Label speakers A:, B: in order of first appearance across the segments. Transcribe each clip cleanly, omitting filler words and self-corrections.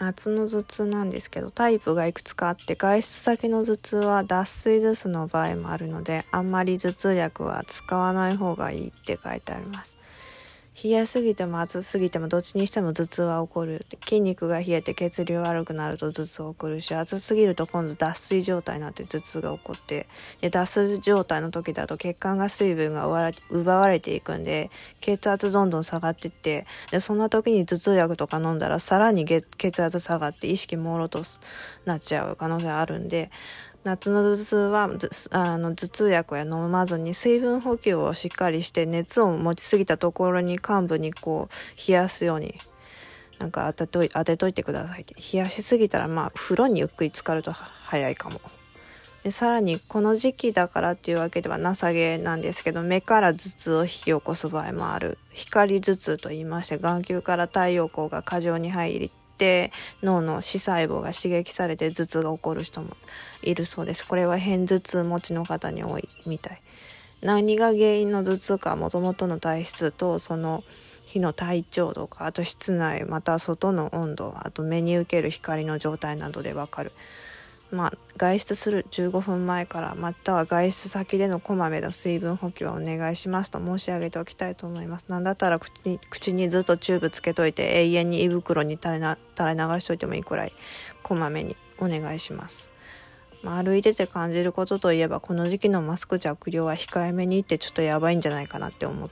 A: 夏の頭痛なんですけど、タイプがいくつかあって、外出先の頭痛は脱水頭痛の場合もあるので、あんまり頭痛薬は使わない方がいいって書いてあります。冷えすぎても暑すぎてもどっちにしても頭痛は起こる。筋肉が冷えて血流悪くなると頭痛が起こるし、暑すぎると今度脱水状態になって頭痛が起こって、で脱水状態の時だと血管が水分が奪われていくんで、血圧どんどん下がっていって、でそんな時に頭痛薬とか飲んだらさらに血圧下がって意識朦朧となっちゃう可能性あるんで、夏の頭痛は頭痛薬は飲まずに水分補給をしっかりして、熱を持ちすぎたところに患部にこう冷やすように当てといてください。冷やしすぎたら風呂にゆっくり浸かると早いかも。でさらにこの時期だからっていうわけではなさげなんですけど、目から頭痛を引き起こす場合もある光頭痛と言いまして、眼球から太陽光が過剰に入り脳の視細胞が刺激されて頭痛が起こる人もいるそうです。これは片頭痛持ちの方に多いみたい。何が原因の頭痛か、もともとの体質とその日の体調とか、あと室内または外の温度、あと目に受ける光の状態などでわかる。外出する15分前からまたは外出先でのこまめな水分補給はお願いしますと申し上げておきたいと思います。なんだったら口にずっとチューブつけといて永遠に胃袋に垂れ流しといてもいいくらいこまめにお願いします。歩いてて感じることといえば、この時期のマスク着用は控えめにいってちょっとやばいんじゃないかなって思った。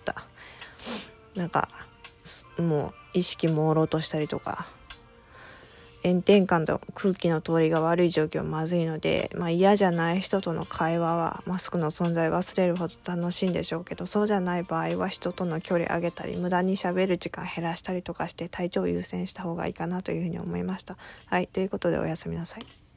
A: もう意識朦朧としたりとか、炎天下と空気の通りが悪い状況はまずいので、嫌じゃない人との会話はマスクの存在を忘れるほど楽しいんでしょうけど、そうじゃない場合は人との距離上げたり、無駄に喋る時間減らしたりとかして体調を優先した方がいいかなというふうに思いました。はい、ということでおやすみなさい。